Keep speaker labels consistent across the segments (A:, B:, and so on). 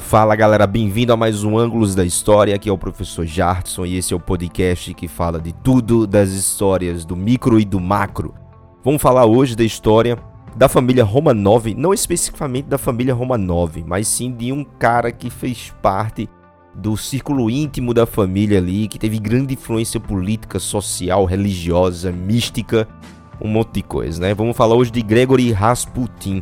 A: Fala galera, bem-vindo a mais um Ângulos da História, aqui é o professor Jartson e esse é o podcast que fala de tudo das histórias do micro e do macro. Vamos falar hoje da história da família Romanov, não especificamente da família Romanov, mas sim de um cara que fez parte do círculo íntimo da família ali, que teve grande influência política, social, religiosa, mística, um monte de coisa, né? Vamos falar hoje de Grigori Rasputin.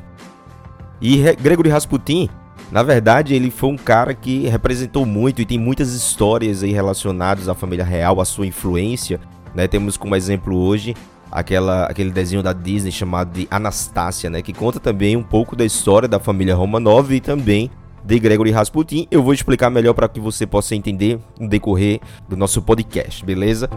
A: E Grigori Rasputin, na verdade, ele foi um cara que representou muito e tem muitas histórias aí relacionadas à família real, à sua influência, né? Temos como exemplo hoje aquele desenho da Disney chamado de Anastácia, né? Que conta também um pouco da história da família Romanov e também de Grigori Rasputin. Eu vou explicar melhor para que você possa entender no decorrer do nosso podcast, beleza?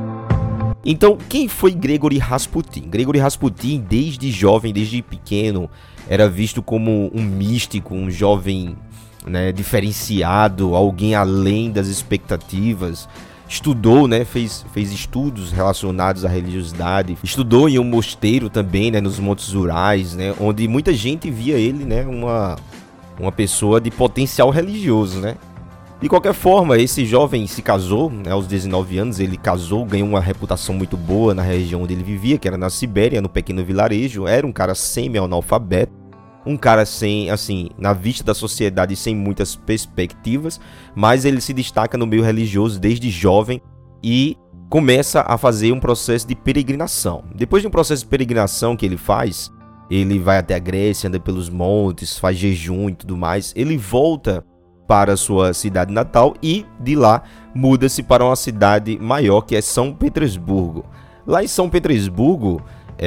A: Então, quem foi Grigori Rasputin? Grigori Rasputin, desde jovem, desde pequeno, era visto como um místico, um jovem, né, diferenciado, alguém além das expectativas. Estudou, né, fez estudos relacionados à religiosidade. Estudou em um mosteiro também, né, nos Montes Urais, né, onde muita gente via ele, né, uma pessoa de potencial religioso, né. De qualquer forma, esse jovem se casou, né, aos 19 anos, ele casou, ganhou uma reputação muito boa na região onde ele vivia, que era na Sibéria, no pequeno vilarejo. Era um cara semi-analfabeto, um cara sem, assim, na vista da sociedade, sem muitas perspectivas, mas ele se destaca no meio religioso desde jovem e começa a fazer um processo de peregrinação. Depois de um processo de peregrinação que ele faz, ele vai até a Grécia, anda pelos montes, faz jejum e tudo mais, ele volta para sua cidade natal e de lá muda-se para uma cidade maior, que é São Petersburgo. Lá em São Petersburgo,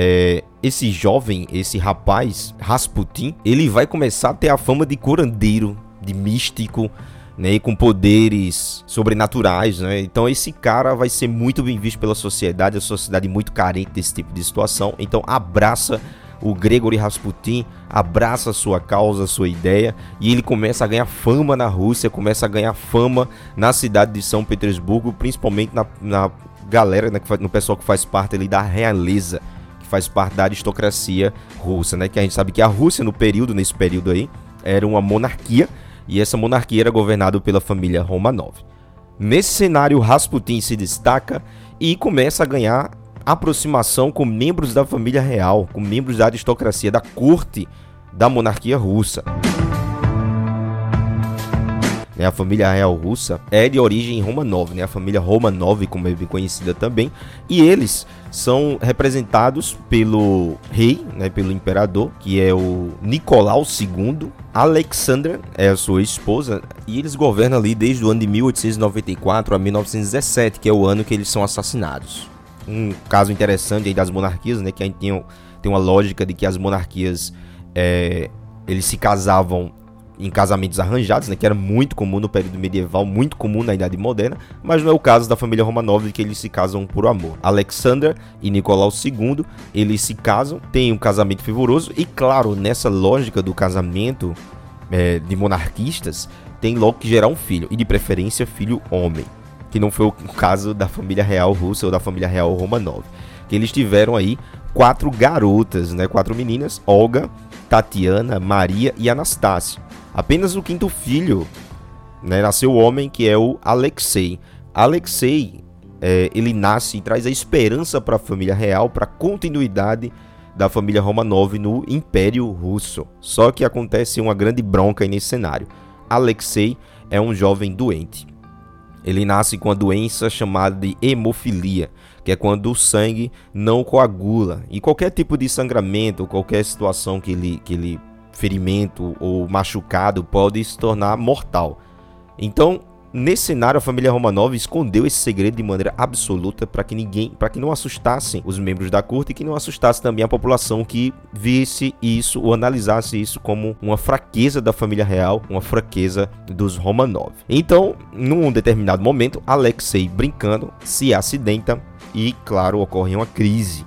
A: esse jovem, esse rapaz, Rasputin, ele vai começar a ter a fama de curandeiro, de místico, né, e com poderes sobrenaturais, né? Então esse cara vai ser muito bem visto pela sociedade, a sociedade muito carente desse tipo de situação, então abraça o Grigori Rasputin, abraça a sua causa, a sua ideia, e ele começa a ganhar fama na Rússia, começa a ganhar fama na cidade de São Petersburgo, principalmente na galera, né, no pessoal que faz parte ali da realeza, que faz parte da aristocracia russa, né, que a gente sabe que a Rússia nesse período aí, era uma monarquia, e essa monarquia era governada pela família Romanov. Nesse cenário, Rasputin se destaca e começa a ganhar aproximação com membros da família real, com membros da aristocracia, da corte da monarquia russa. A família real russa é de origem Romanov, né? A família Romanov, como é bem conhecida também, e eles são representados pelo rei, né, pelo imperador, que é o Nicolau II. Alexandra é a sua esposa, e eles governam ali desde o ano de 1894 a 1917, que é o ano que eles são assassinados. Um caso interessante aí das monarquias, né, que a gente tem uma lógica de que as monarquias eles se casavam em casamentos arranjados, né, que era muito comum no período medieval, muito comum na Idade Moderna, mas não é o caso da família Romanov, de que eles se casam por amor. Alexandra e Nicolau II, eles se casam, têm um casamento fervoroso e, claro, nessa lógica do casamento de monarquistas, tem logo que gerar um filho, e de preferência filho homem, que não foi o caso da família real russa ou da família real Romanov, que eles tiveram aí 4 garotas, né, 4 meninas, Olga, Tatiana, Maria e Anastácia. Apenas o 5º filho, né, nasceu o homem, que é o Alexei. Alexei, ele nasce e traz a esperança para a família real, para a continuidade da família Romanov no Império Russo. Só que acontece uma grande bronca aí nesse cenário. Alexei é um jovem doente. Ele nasce com a doença chamada de hemofilia, que é quando o sangue não coagula. E qualquer tipo de sangramento, qualquer situação que ele ferimento ou machucado pode se tornar mortal. Então, nesse cenário, a família Romanov escondeu esse segredo de maneira absoluta para que não assustassem os membros da corte e que não assustasse também a população que visse isso ou analisasse isso como uma fraqueza da família real, uma fraqueza dos Romanov. Então, num determinado momento, Alexei, brincando, se acidenta e, claro, ocorre uma crise.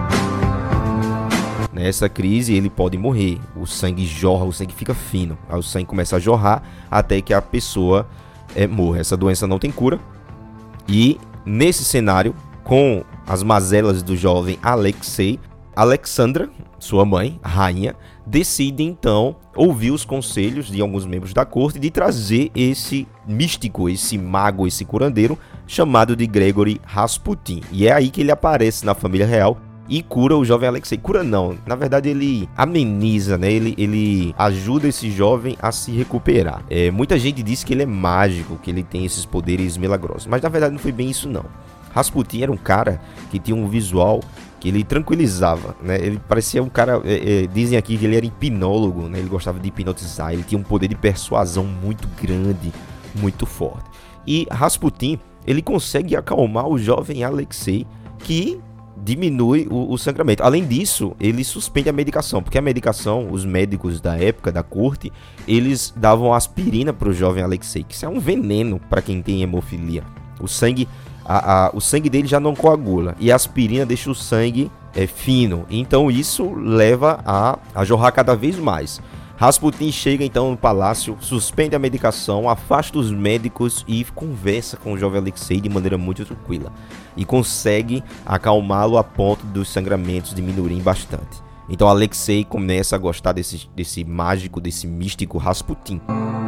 A: Nessa crise ele pode morrer, o sangue jorra, o sangue fica fino, aí o sangue começa a jorrar até que a pessoa morra. Essa doença não tem cura e nesse cenário, com as mazelas do jovem Alexei, Alexandra, sua mãe, a rainha, decide então ouvir os conselhos de alguns membros da corte de trazer esse místico, esse mago, esse curandeiro, chamado de Gregory Rasputin. E é aí que ele aparece na família real e cura o jovem Alexei. Cura não, na verdade ele ameniza, né? Ele ajuda esse jovem a se recuperar. Muita gente diz que ele é mágico, que ele tem esses poderes milagrosos, mas na verdade não foi bem isso não. Rasputin era um cara que tinha um visual que ele tranquilizava, né? Ele parecia um cara, dizem aqui que ele era hipnólogo, né? Ele gostava de hipnotizar, ele tinha um poder de persuasão muito grande, muito forte. E Rasputin, ele consegue acalmar o jovem Alexei, que diminui o sangramento. Além disso, ele suspende a medicação, porque a medicação, os médicos da época, da corte, eles davam aspirina para o jovem Alexei, que isso é um veneno para quem tem hemofilia. O sangue dele já não coagula e a aspirina deixa o sangue fino, então isso leva a jorrar cada vez mais. Rasputin chega então no palácio, suspende a medicação, afasta os médicos e conversa com o jovem Alexei de maneira muito tranquila e consegue acalmá-lo a ponto dos sangramentos diminuírem bastante. Então Alexei começa a gostar desse mágico, desse místico Rasputin.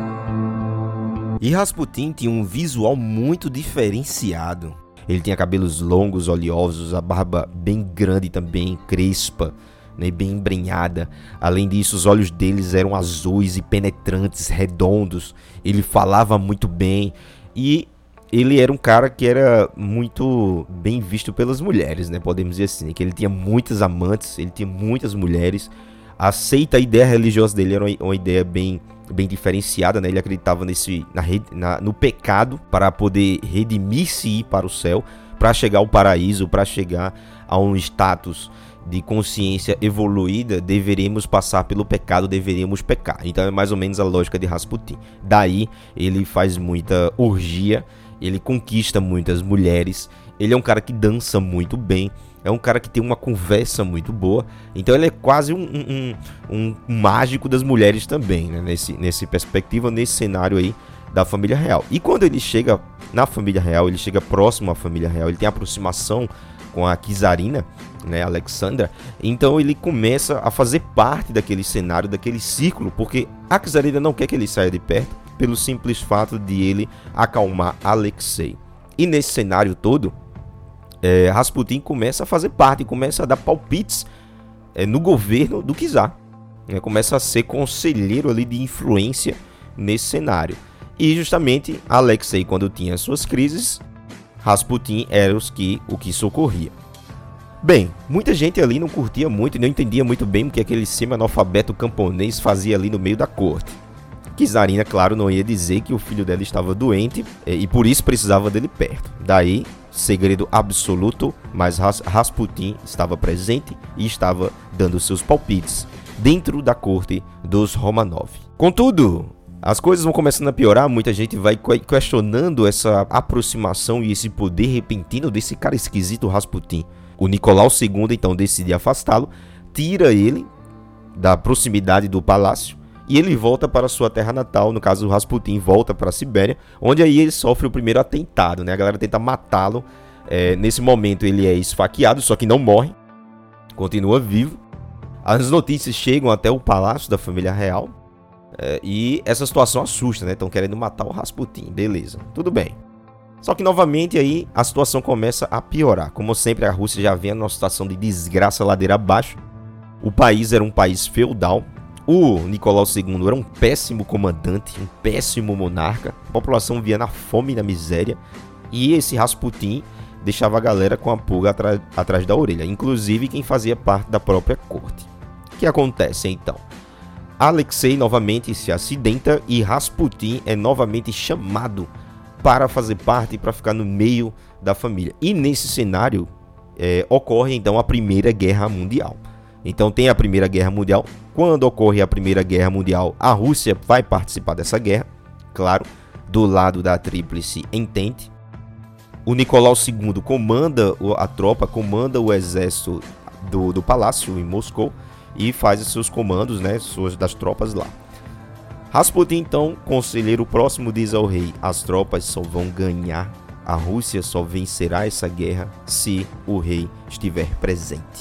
A: E Rasputin tinha um visual muito diferenciado. Ele tinha cabelos longos, oleosos, a barba bem grande também, crespa, né, bem embrenhada. Além disso, os olhos deles eram azuis e penetrantes, redondos. Ele falava muito bem e ele era um cara que era muito bem visto pelas mulheres, né? Podemos dizer assim, que ele tinha muitas amantes, ele tinha muitas mulheres. A ideia religiosa dele era uma ideia bem diferenciada, né? Ele acreditava no pecado para poder redimir-se e ir para o céu, para chegar ao paraíso, para chegar a um status de consciência evoluída, deveríamos passar pelo pecado, deveríamos pecar. Então é mais ou menos a lógica de Rasputin. Daí ele faz muita orgia, ele conquista muitas mulheres, ele é um cara que dança muito bem, é um cara que tem uma conversa muito boa, então ele é quase um mágico das mulheres também, né? Nesse perspectiva, nesse cenário aí da família real. E quando ele chega na família real, ele chega próximo à família real, ele tem aproximação com a czarina, né, Alexandra, então ele começa a fazer parte daquele cenário, daquele círculo, porque a czarina não quer que ele saia de perto, pelo simples fato de ele acalmar Alexei. E nesse cenário todo, Rasputin começa a fazer parte, começa a dar palpites no governo do czar, né? Começa a ser conselheiro ali de influência nesse cenário. E justamente Alexei, quando tinha suas crises, Rasputin era o que socorria. Bem, muita gente ali não curtia muito e não entendia muito bem o que aquele semi-analfabeto camponês fazia ali no meio da corte. Czarina, claro, não ia dizer que o filho dela estava doente e por isso precisava dele perto. Daí, segredo absoluto, mas Rasputin estava presente e estava dando seus palpites dentro da corte dos Romanov. Contudo, as coisas vão começando a piorar, muita gente vai questionando essa aproximação e esse poder repentino desse cara esquisito Rasputin. O Nicolau II então decide afastá-lo, tira ele da proximidade do palácio e ele volta para sua terra natal, no caso o Rasputin volta para a Sibéria, onde aí ele sofre o primeiro atentado, né? A galera tenta matá-lo, nesse momento ele é esfaqueado, só que não morre, continua vivo. As notícias chegam até o palácio da família real, e essa situação assusta, né? Estão querendo matar o Rasputin, beleza, tudo bem. Só que novamente aí a situação começa a piorar. Como sempre, a Rússia já vem numa situação de desgraça ladeira abaixo. O país era um país feudal. O Nicolau II era um péssimo comandante, um péssimo monarca. A população via na fome e na miséria. E esse Rasputin deixava a galera com a pulga atrás da orelha, inclusive quem fazia parte da própria corte. O que acontece então? Alexei novamente se acidenta e Rasputin é novamente chamado para fazer parte, para ficar no meio da família. E nesse cenário ocorre então a Primeira Guerra Mundial. Então tem a Primeira Guerra Mundial. Quando ocorre a Primeira Guerra Mundial, a Rússia vai participar dessa guerra, claro, do lado da Tríplice Entente. O Nicolau II comanda a tropa, comanda o exército do palácio em Moscou e faz os seus comandos, né, das tropas lá. Rasputin, então, conselheiro próximo, diz ao rei: as tropas só vão ganhar, a Rússia só vencerá essa guerra se o rei estiver presente.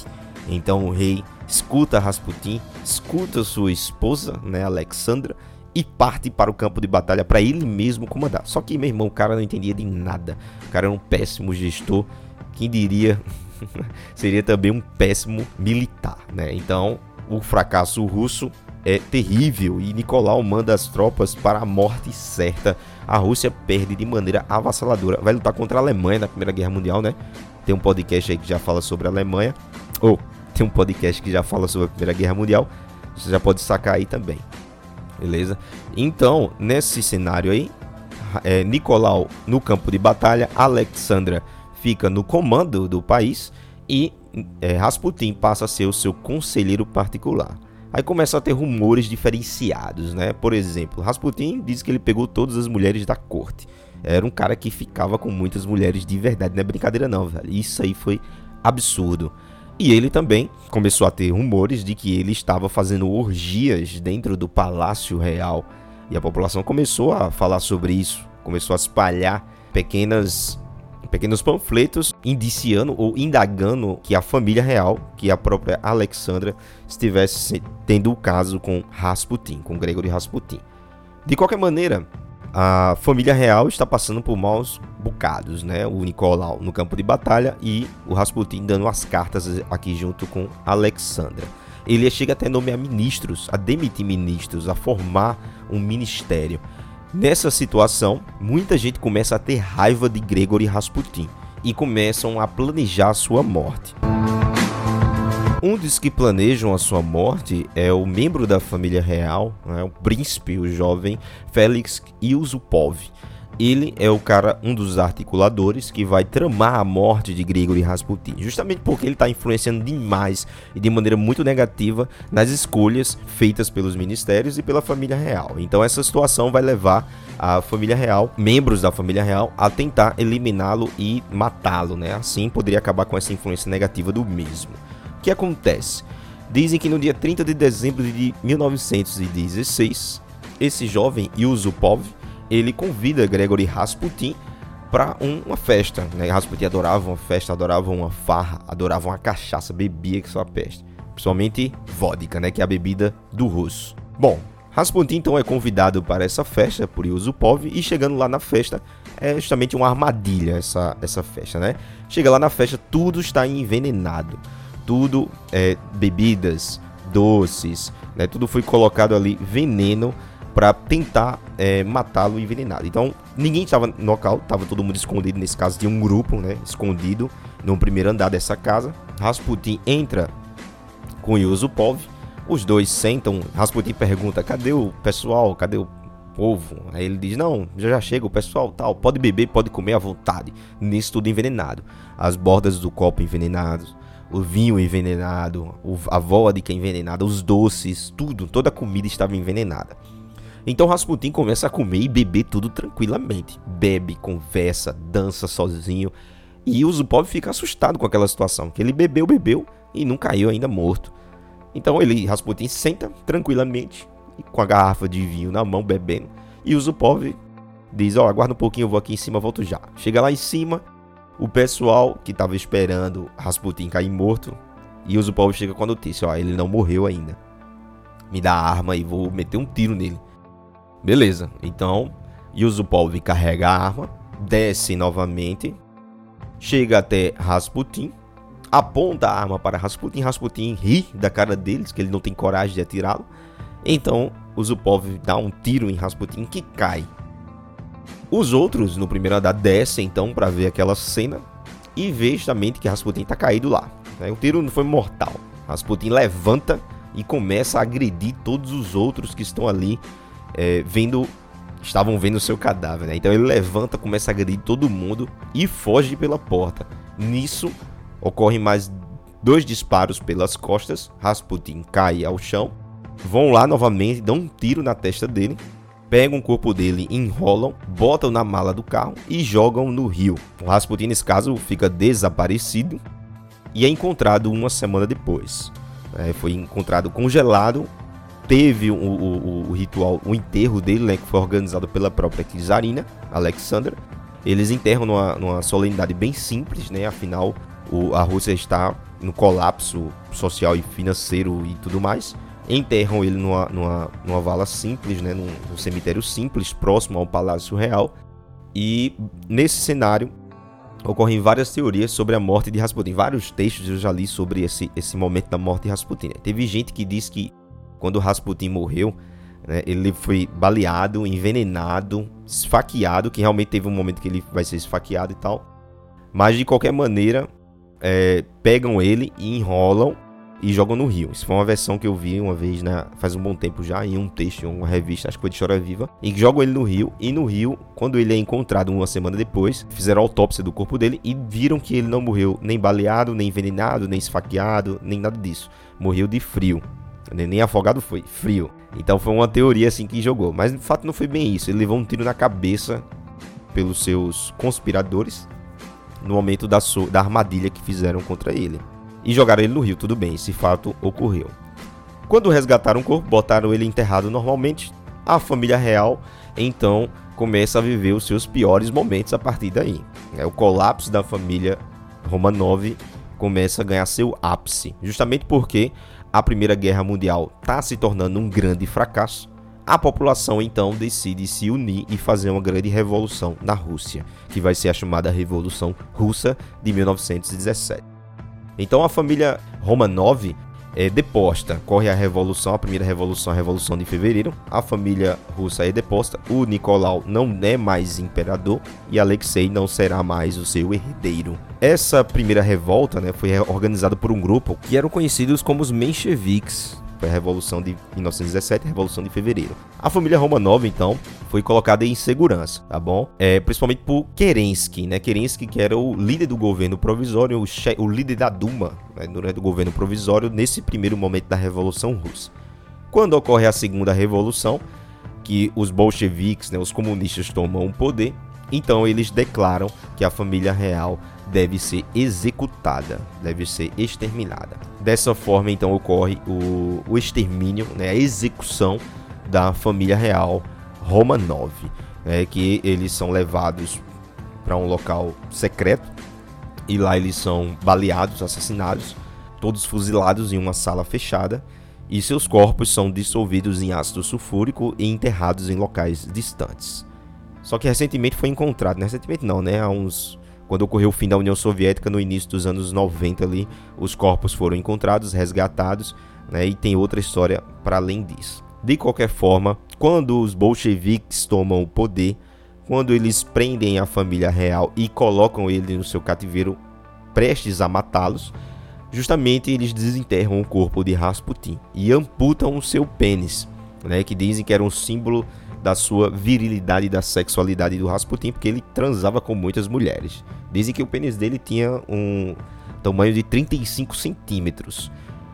A: Então o rei escuta Rasputin, escuta sua esposa, né, Alexandra, e parte para o campo de batalha para ele mesmo comandar. Só que, meu irmão, o cara não entendia de nada. O cara era um péssimo gestor. Quem diria, seria também um péssimo militar, né? Então, o fracasso russo é terrível e Nicolau manda as tropas para a morte certa. A Rússia perde de maneira avassaladora. Vai lutar contra a Alemanha na Primeira Guerra Mundial, né? Tem um podcast aí que já fala sobre a Alemanha. Tem um podcast que já fala sobre a Primeira Guerra Mundial. Você já pode sacar aí também. Beleza? Então, nesse cenário aí, Nicolau no campo de batalha, Alexandra fica no comando do país e Rasputin passa a ser o seu conselheiro particular. Aí começa a ter rumores diferenciados, né? Por exemplo, Rasputin diz que ele pegou todas as mulheres da corte. Era um cara que ficava com muitas mulheres de verdade, não é brincadeira não, velho. Isso aí foi absurdo. E ele também começou a ter rumores de que ele estava fazendo orgias dentro do Palácio Real. E a população começou a falar sobre isso, começou a espalhar pequenos panfletos indiciando ou indagando que a família real, que a própria Alexandra, estivesse tendo o caso com Rasputin, com Gregory Rasputin. De qualquer maneira, a família real está passando por maus bocados, né? O Nicolau no campo de batalha e o Rasputin dando as cartas aqui junto com Alexandra. Ele chega até a nomear ministros, a demitir ministros, a formar um ministério. Nessa situação, muita gente começa a ter raiva de Gregory Rasputin e começam a planejar sua morte. Um dos que planejam a sua morte é o membro da família real, né, o príncipe, o jovem Félix Yusupov. Ele é um dos articuladores que vai tramar a morte de Gregory Rasputin, justamente porque ele está influenciando demais e de maneira muito negativa nas escolhas feitas pelos ministérios e pela família real. Então essa situação vai levar a família real, membros da família real, a tentar eliminá-lo e matá-lo, né? Assim poderia acabar com essa influência negativa do mesmo. O que acontece? Dizem que no dia 30 de dezembro de 1916, esse jovem Yusupov, ele convida Gregory Rasputin para uma festa, né? Rasputin adorava uma festa, adorava uma farra, adorava uma cachaça, bebia que só a peste. Principalmente vodka, né? Que é a bebida do russo. Bom, Rasputin então é convidado para essa festa por Yusupov e chegando lá na festa, é justamente uma armadilha essa festa, né? Chega lá na festa, tudo está envenenado. Tudo bebidas, doces, né? Tudo foi colocado ali, veneno, para tentar matá-lo envenenado. Então, ninguém estava no local, estava todo mundo escondido. Nesse caso, tinha um grupo, né, escondido no primeiro andar dessa casa. Rasputin entra com Yusupov, os dois sentam. Rasputin pergunta: cadê o pessoal? Cadê o povo? Aí ele diz: não, já chega o pessoal, tal, pode beber, pode comer à vontade. Nisso tudo envenenado. As bordas do copo envenenadas, o vinho envenenado, a vodka envenenada, os doces, tudo, toda a comida estava envenenada. Então Rasputin começa a comer e beber tudo tranquilamente. Bebe, conversa, dança sozinho. E Yusupov fica assustado com aquela situação, que ele bebeu e não caiu ainda morto. Então Rasputin senta tranquilamente, com a garrafa de vinho na mão, bebendo. E Yusupov diz: aguarda um pouquinho, eu vou aqui em cima, volto já. Chega lá em cima, o pessoal que estava esperando Rasputin cair morto, e Yusupov chega com a notícia: ele não morreu ainda. Me dá a arma e vou meter um tiro nele. Beleza, então Yusupov carrega a arma, desce novamente, chega até Rasputin, aponta a arma para Rasputin. Rasputin ri da cara deles, que ele não tem coragem de atirá-lo. Então Yusupov dá um tiro em Rasputin, que cai. Os outros no primeiro andar descem então para ver aquela cena e vê justamente que Rasputin está caído lá. O tiro não foi mortal. Rasputin levanta e começa a agredir todos os outros que estão ali estavam vendo o seu cadáver, né? Então ele levanta, começa a agredir todo mundo e foge pela porta. Nisso ocorrem mais 2 disparos pelas costas. Rasputin cai ao chão. Vão lá novamente, dão um tiro na testa dele, pegam o corpo dele, enrolam, botam na mala do carro e jogam no rio. O Rasputin, nesse caso, fica desaparecido e é encontrado uma semana depois. Foi encontrado congelado. Teve o ritual, o enterro dele, né, que foi organizado pela própria czarina, Alexandra. Eles enterram numa solenidade bem simples, né? Afinal, a Rússia está no colapso social e financeiro e tudo mais, enterram ele numa vala simples, né, num cemitério simples, próximo ao Palácio Real. E nesse cenário ocorrem várias teorias sobre a morte de Rasputin. Vários textos eu já li sobre esse momento da morte de Rasputin, né? Teve gente que diz que quando Rasputin morreu, né, ele foi baleado, envenenado, esfaqueado, que realmente teve um momento que ele vai ser esfaqueado e tal. Mas de qualquer maneira, pegam ele e enrolam e jogam no rio. Isso foi uma versão que eu vi uma vez, faz um bom tempo já, em um texto, em uma revista, acho que foi de História Viva, e jogam ele no rio. E no rio, quando ele é encontrado uma semana depois, fizeram a autópsia do corpo dele e viram que ele não morreu nem baleado, nem envenenado, nem esfaqueado, nem nada disso. Morreu de frio. Nem afogado foi, frio. Então foi uma teoria assim que jogou. Mas de fato não foi bem isso. Ele levou um tiro na cabeça pelos seus conspiradores no momento da armadilha que fizeram contra ele. E jogaram ele no rio, tudo bem, esse fato ocorreu. Quando resgataram o corpo, botaram ele enterrado normalmente. A família real, então, começa a viver os seus piores momentos a partir daí. O colapso da família Romanov começa a ganhar seu ápice, justamente porque a Primeira Guerra Mundial está se tornando um grande fracasso. A população, então, decide se unir e fazer uma grande revolução na Rússia, que vai ser a chamada Revolução Russa de 1917. Então a família Romanov é deposta, corre a revolução, a primeira revolução, a Revolução de Fevereiro. A família russa é deposta, o Nicolau não é mais imperador e Alexei não será mais o seu herdeiro. Essa primeira revolta, foi organizada por um grupo que eram conhecidos como os mencheviques. Foi a Revolução de 1917, a Revolução de Fevereiro. A família Romanov, então, foi colocada em segurança, tá bom? Principalmente por Kerensky, Kerensky, que era o líder do governo provisório, o líder da Duma, durante o governo provisório, nesse primeiro momento da Revolução Russa. Quando ocorre a segunda revolução, que os bolcheviques, os comunistas tomam o poder, então eles declaram que a família real deve ser executada, deve ser exterminada. Dessa forma, então, ocorre o extermínio, a execução da família real Romanov, que eles são levados para um local secreto e lá eles são baleados, assassinados, todos fuzilados em uma sala fechada, e seus corpos são dissolvidos em ácido sulfúrico e enterrados em locais distantes. Só que recentemente foi encontrado, recentemente não, quando ocorreu o fim da União Soviética, no início dos anos 90 ali, os corpos foram encontrados, resgatados, e tem outra história para além disso. De qualquer forma, quando os bolcheviques tomam o poder, quando eles prendem a família real e colocam ele no seu cativeiro, prestes a matá-los, justamente eles desenterram o corpo de Rasputin e amputam o seu pênis, que dizem que era um símbolo da sua virilidade e da sexualidade do Rasputin, porque ele transava com muitas mulheres. Dizem que o pênis dele tinha um tamanho de 35 centímetros.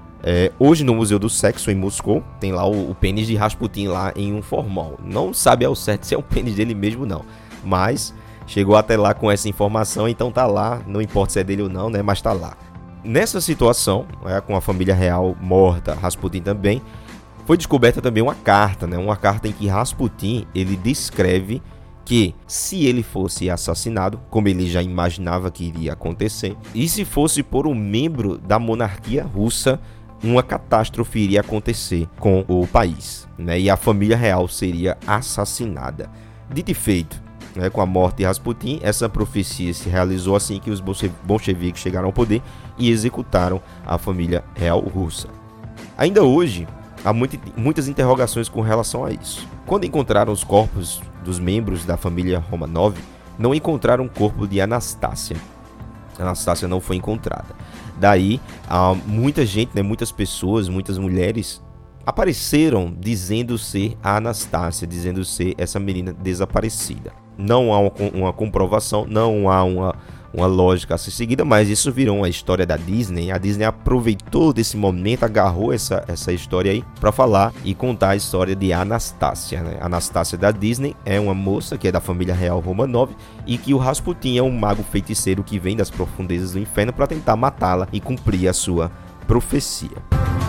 A: Hoje no Museu do Sexo em Moscou, tem lá o pênis de Rasputin lá em um formol. Não sabe ao certo se é o pênis dele mesmo não, mas chegou até lá com essa informação, então tá lá, não importa se é dele ou não, mas tá lá. Nessa situação, com a família real morta, Rasputin também, foi descoberta também uma carta, uma carta em que Rasputin ele descreve que se ele fosse assassinado, como ele já imaginava que iria acontecer, e se fosse por um membro da monarquia russa, uma catástrofe iria acontecer com o país, e a família real seria assassinada. Dito e feito, com a morte de Rasputin, essa profecia se realizou assim que os bolcheviques chegaram ao poder e executaram a família real russa. Ainda hoje, há muitas interrogações com relação a isso. Quando encontraram os corpos dos membros da família Romanov, não encontraram o corpo de Anastácia. Anastácia não foi encontrada. Daí, muita gente, muitas pessoas, muitas mulheres apareceram dizendo ser a Anastácia, dizendo ser essa menina desaparecida. Não há uma comprovação, não há uma lógica a ser seguida, mas isso virou uma história da Disney. A Disney aproveitou desse momento, agarrou essa história aí para falar e contar a história de Anastácia. Anastácia da Disney é uma moça que é da família real Romanov e que o Rasputin é um mago feiticeiro que vem das profundezas do inferno para tentar matá-la e cumprir a sua profecia.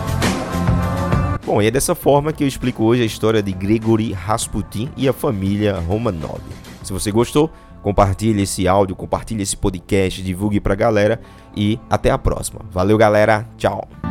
A: Bom, e é dessa forma que eu explico hoje a história de Grigori Rasputin e a família Romanov. Se você gostou, Compartilhe esse áudio, compartilhe esse podcast, divulgue pra galera e até a próxima. Valeu, galera. Tchau.